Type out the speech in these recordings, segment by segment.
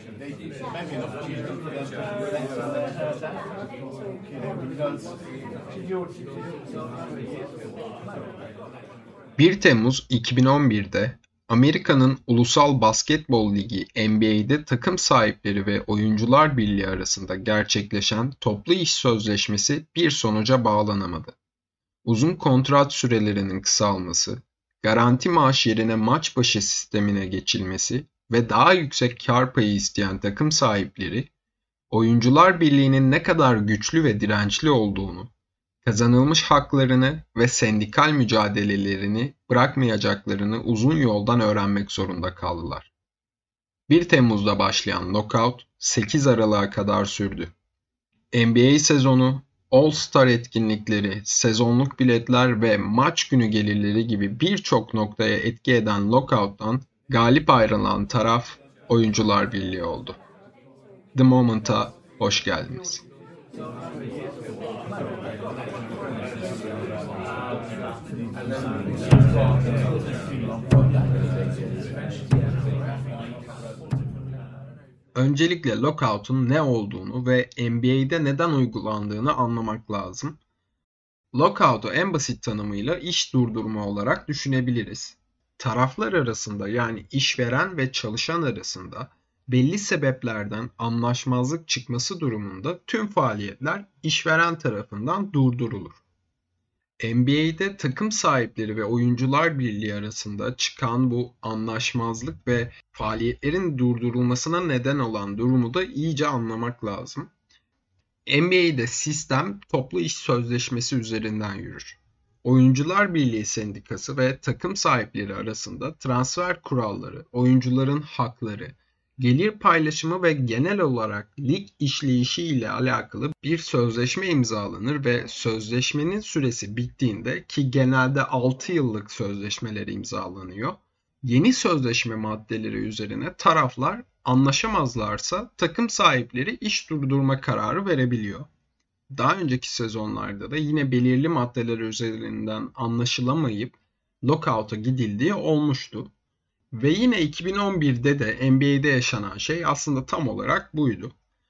Maybe an opportunity for them to 1 Temmuz 2011'de Amerika'nın Ulusal Basketbol Ligi NBA'de takım sahipleri ve oyuncular birliği arasında gerçekleşen toplu iş sözleşmesi bir sonuca bağlanamadı. Uzun kontrat sürelerinin kısalması, garanti maaş yerine maç başı sistemine geçilmesi ve daha yüksek kar payı isteyen takım sahipleri, oyuncular birliğinin ne kadar güçlü ve dirençli olduğunu, kazanılmış haklarını ve sendikal mücadelelerini bırakmayacaklarını uzun yoldan öğrenmek zorunda kaldılar. 1 Temmuz'da başlayan lockout 8 Aralık'a kadar sürdü. NBA sezonu, All-Star etkinlikleri, sezonluk biletler ve maç günü gelirleri gibi birçok noktaya etki eden lockout'tan galip ayrılan taraf Oyuncular Birliği oldu. The Moment'a hoş geldiniz. Öncelikle lockout'un ne olduğunu ve NBA'de neden uygulandığını anlamak lazım. Lockout'u en basit tanımıyla iş durdurma olarak düşünebiliriz. Taraflar arasında yani işveren ve çalışan arasında belli sebeplerden anlaşmazlık çıkması durumunda tüm faaliyetler işveren tarafından durdurulur. NBA'de takım sahipleri ve oyuncular birliği arasında çıkan bu anlaşmazlık ve faaliyetlerin durdurulmasına neden olan durumu da iyice anlamak lazım. NBA'de sistem toplu iş sözleşmesi üzerinden yürür. Oyuncular Birliği Sendikası ve takım sahipleri arasında transfer kuralları, oyuncuların hakları, gelir paylaşımı ve genel olarak lig işleyişi ile alakalı bir sözleşme imzalanır ve sözleşmenin süresi bittiğinde ki genelde 6 yıllık sözleşmeler imzalanıyor. Yeni sözleşme maddeleri üzerine taraflar anlaşamazlarsa takım sahipleri iş durdurma kararı verebiliyor. Daha önceki sezonlarda da yine belirli maddeler üzerinden anlaşılamayıp lockout'a gidildiği olmuştu. Ve yine 2011'de de NBA'de yaşanan şey aslında tam olarak buydu.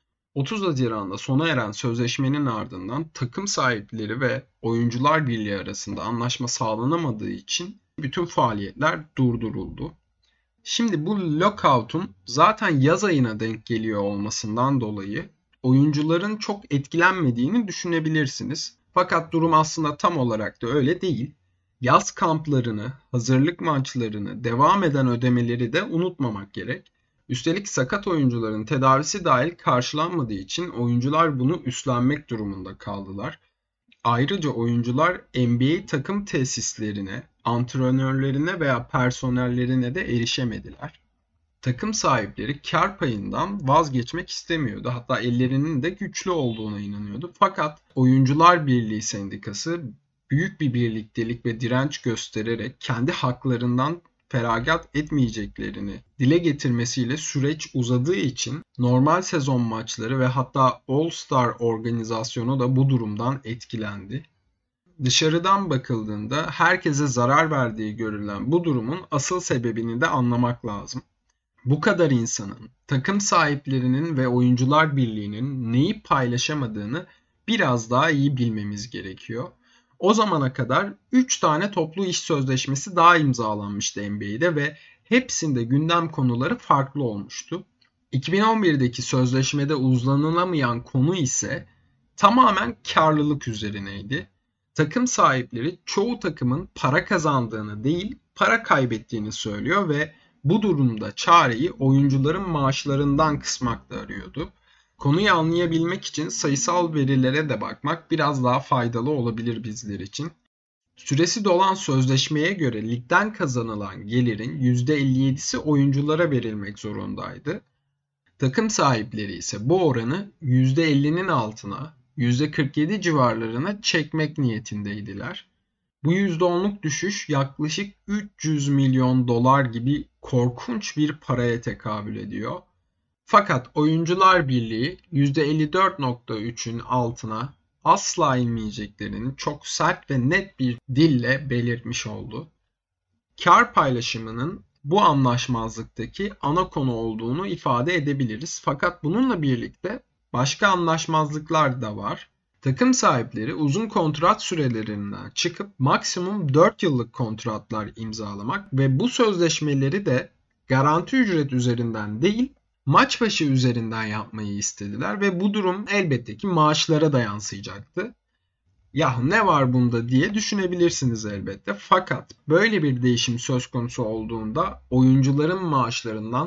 30 Haziran'da sona eren sözleşmenin ardından takım sahipleri ve oyuncular birliği arasında anlaşma sağlanamadığı için bütün faaliyetler durduruldu. Şimdi bu lockout'un zaten yaz ayına denk geliyor olmasından dolayı oyuncuların çok etkilenmediğini düşünebilirsiniz. Fakat durum aslında tam olarak da öyle değil. Yaz kamplarını, hazırlık maçlarını, devam eden ödemeleri de unutmamak gerek. Üstelik sakat oyuncuların tedavisi dahil karşılanmadığı için oyuncular bunu üstlenmek durumunda kaldılar. Ayrıca oyuncular NBA takım tesislerine, antrenörlerine veya personellerine de erişemediler. Takım sahipleri kar payından vazgeçmek istemiyordu. Hatta ellerinin de güçlü olduğuna inanıyordu. Fakat Oyuncular Birliği Sendikası büyük bir birliktelik ve direnç göstererek kendi haklarından feragat etmeyeceklerini dile getirmesiyle süreç uzadığı için normal sezon maçları ve hatta All-Star organizasyonu da bu durumdan etkilendi. Dışarıdan bakıldığında herkese zarar verdiği görülen bu durumun asıl sebebini de anlamak lazım. Bu kadar insanın, takım sahiplerinin ve oyuncular birliğinin neyi paylaşamadığını biraz daha iyi bilmemiz gerekiyor. O zamana kadar 3 tane toplu iş sözleşmesi daha imzalanmıştı NBA'de ve hepsinde gündem konuları farklı olmuştu. 2011'deki sözleşmede uzlanılamayan konu ise tamamen karlılık üzerineydi. Takım sahipleri çoğu takımın para kazandığını değil, para kaybettiğini söylüyor ve bu durumda çareyi oyuncuların maaşlarından kısmakta arıyordu. Konuyu anlayabilmek için sayısal verilere de bakmak biraz daha faydalı olabilir bizler için. Süresi dolan sözleşmeye göre ligden kazanılan gelirin %57'si oyunculara verilmek zorundaydı. Takım sahipleri ise bu oranı %50'nin altına, %47 civarlarına çekmek niyetindeydiler. Bu %10'luk düşüş yaklaşık 300 milyon dolar gibi korkunç bir paraya tekabül ediyor. Fakat Oyuncular Birliği %54.3'ün altına asla inmeyeceklerini çok sert ve net bir dille belirtmiş oldu. Kar paylaşımının bu anlaşmazlıktaki ana konu olduğunu ifade edebiliriz. Fakat bununla birlikte başka anlaşmazlıklar da var. Takım sahipleri uzun kontrat sürelerinden çıkıp maksimum 4 yıllık kontratlar imzalamak ve bu sözleşmeleri de garanti ücret üzerinden değil, maç başı üzerinden yapmayı istediler ve bu durum elbette ki maaşlara da yansıyacaktı. Yahu ne var bunda diye düşünebilirsiniz elbette. Fakat böyle bir değişim söz konusu olduğunda oyuncuların maaşlarından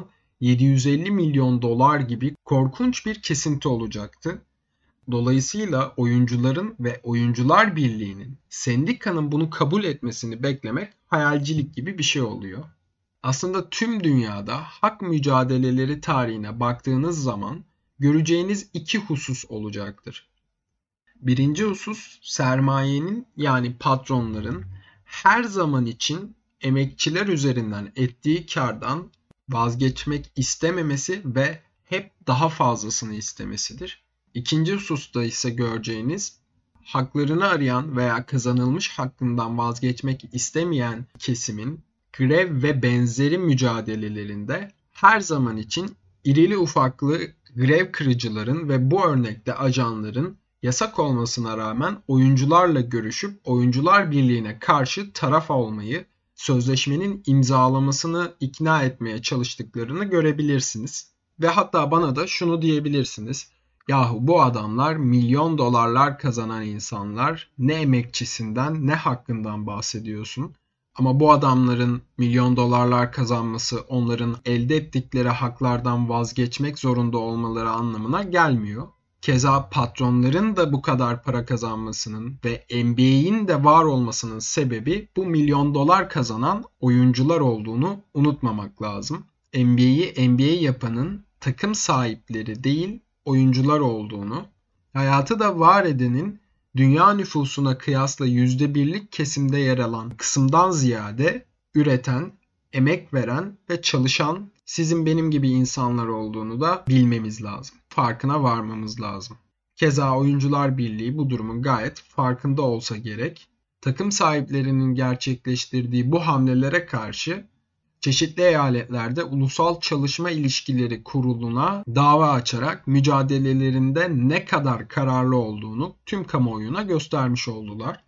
750 milyon dolar gibi korkunç bir kesinti olacaktı. Dolayısıyla oyuncuların ve Oyuncular Birliği'nin sendikanın bunu kabul etmesini beklemek hayalcilik gibi bir şey oluyor. Aslında tüm dünyada hak mücadeleleri tarihine baktığınız zaman göreceğiniz iki husus olacaktır. Birinci husus sermayenin yani patronların her zaman için emekçiler üzerinden ettiği kardan vazgeçmek istememesi ve hep daha fazlasını istemesidir. İkinci hususta ise göreceğiniz haklarını arayan veya kazanılmış hakkından vazgeçmek istemeyen kesimin grev ve benzeri mücadelelerinde her zaman için irili ufaklı grev kırıcıların ve bu örnekte ajanların yasak olmasına rağmen oyuncularla görüşüp Oyuncular Birliği'ne karşı taraf olmayı, sözleşmenin imzalamasını ikna etmeye çalıştıklarını görebilirsiniz. Ve hatta bana da şunu diyebilirsiniz. Yahu bu adamlar milyon dolarlar kazanan insanlar, ne emekçisinden ne hakkından bahsediyorsun. Ama bu adamların milyon dolarlar kazanması onların elde ettikleri haklardan vazgeçmek zorunda olmaları anlamına gelmiyor. Keza patronların da bu kadar para kazanmasının ve NBA'in de var olmasının sebebi bu milyon dolar kazanan oyuncular olduğunu unutmamak lazım. NBA'yi NBA yapanın takım sahipleri değil oyuncular olduğunu, hayatı da var edenin dünya nüfusuna kıyasla %1'lik kesimde yer alan kısımdan ziyade üreten, emek veren ve çalışan sizin benim gibi insanlar olduğunu da bilmemiz lazım. Farkına varmamız lazım. Keza Oyuncular Birliği bu durumun gayet farkında olsa gerek. Takım sahiplerinin gerçekleştirdiği bu hamlelere karşı çeşitli eyaletlerde Ulusal Çalışma İlişkileri Kurulu'na dava açarak mücadelelerinde ne kadar kararlı olduğunu tüm kamuoyuna göstermiş oldular.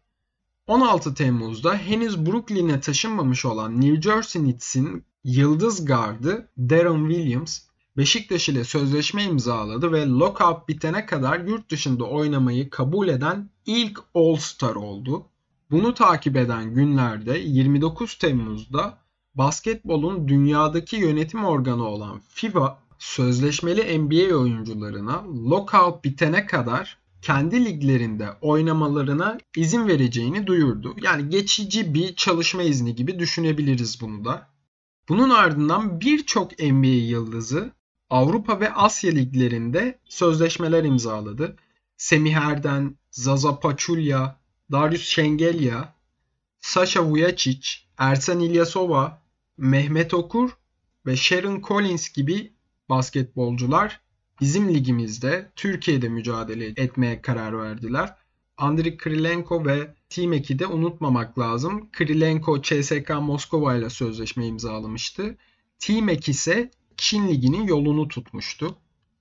16 Temmuz'da henüz Brooklyn'e taşınmamış olan New Jersey Knicks'in yıldız gardı Deron Williams, Beşiktaş ile sözleşme imzaladı ve lockout bitene kadar yurt dışında oynamayı kabul eden ilk All-Star oldu. Bunu takip eden günlerde 29 Temmuz'da basketbolun dünyadaki yönetim organı olan FIBA, sözleşmeli NBA oyuncularına lockout bitene kadar kendi liglerinde oynamalarına izin vereceğini duyurdu. Yani geçici bir çalışma izni gibi düşünebiliriz bunu da. Bunun ardından birçok NBA yıldızı Avrupa ve Asya liglerinde sözleşmeler imzaladı. Semih Erden, Zaza Pachulia, Darius Şengelya, Sasha Vujacic, Ersan İlyasova, Mehmet Okur ve Sharon Collins gibi basketbolcular bizim ligimizde Türkiye'de mücadele etmeye karar verdiler. Andriy Kirilenko ve Timek'i de unutmamak lazım. Kirilenko CSKA Moskova ile sözleşme imzalamıştı. Timek ise Çin Ligi'nin yolunu tutmuştu.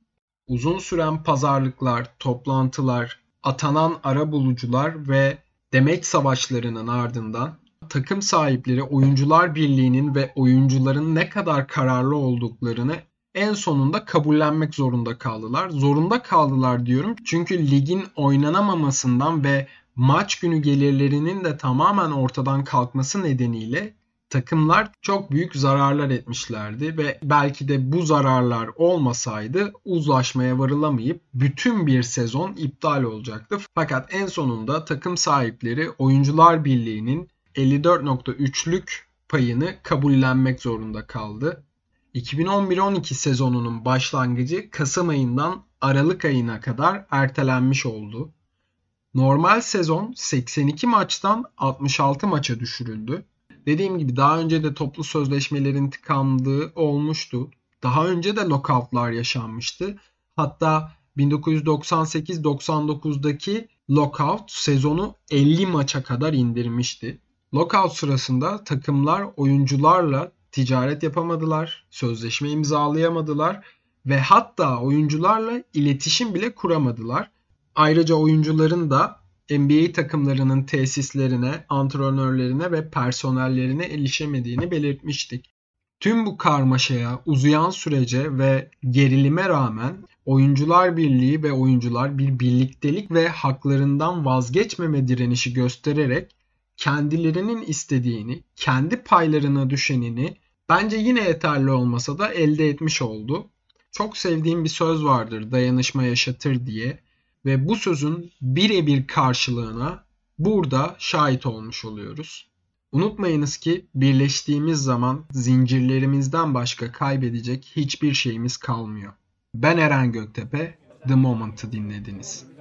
Uzun süren pazarlıklar, toplantılar, atanan arabulucular ve demeç savaşlarının ardından takım sahipleri Oyuncular Birliği'nin ve oyuncuların ne kadar kararlı olduklarını en sonunda kabullenmek zorunda kaldılar. Zorunda kaldılar diyorum çünkü ligin oynanamamasından ve maç günü gelirlerinin de tamamen ortadan kalkması nedeniyle takımlar çok büyük zararlar etmişlerdi ve belki de bu zararlar olmasaydı uzlaşmaya varılamayıp bütün bir sezon iptal olacaktı. Fakat en sonunda takım sahipleri Oyuncular Birliği'nin 54.3'lük payını kabullenmek zorunda kaldı. 2011-12 sezonunun başlangıcı Kasım ayından Aralık ayına kadar ertelenmiş oldu. Normal sezon 82 maçtan 66 maça düşürüldü. Dediğim gibi daha önce de toplu sözleşmelerin tıkandığı olmuştu. Daha önce de lockoutlar yaşanmıştı. Hatta 1998-99'daki lockout sezonu 50 maça kadar indirmişti. Lockout sırasında takımlar oyuncularla ticaret yapamadılar, sözleşme imzalayamadılar ve hatta oyuncularla iletişim bile kuramadılar. Ayrıca oyuncuların da NBA takımlarının tesislerine, antrenörlerine ve personellerine erişemediğini belirtmiştik. Tüm bu karmaşaya, uzayan sürece ve gerilime rağmen Oyuncular Birliği ve oyuncular bir birliktelik ve haklarından vazgeçmeme direnişi göstererek kendilerinin istediğini, kendi paylarına düşenini bence yine yeterli olmasa da elde etmiş oldu. Çok sevdiğim bir söz vardır, dayanışma yaşatır diye ve bu sözün birebir karşılığına burada şahit olmuş oluyoruz. Unutmayınız ki birleştiğimiz zaman zincirlerimizden başka kaybedecek hiçbir şeyimiz kalmıyor. Ben Eren Göktepe, The Moment'ı dinlediniz.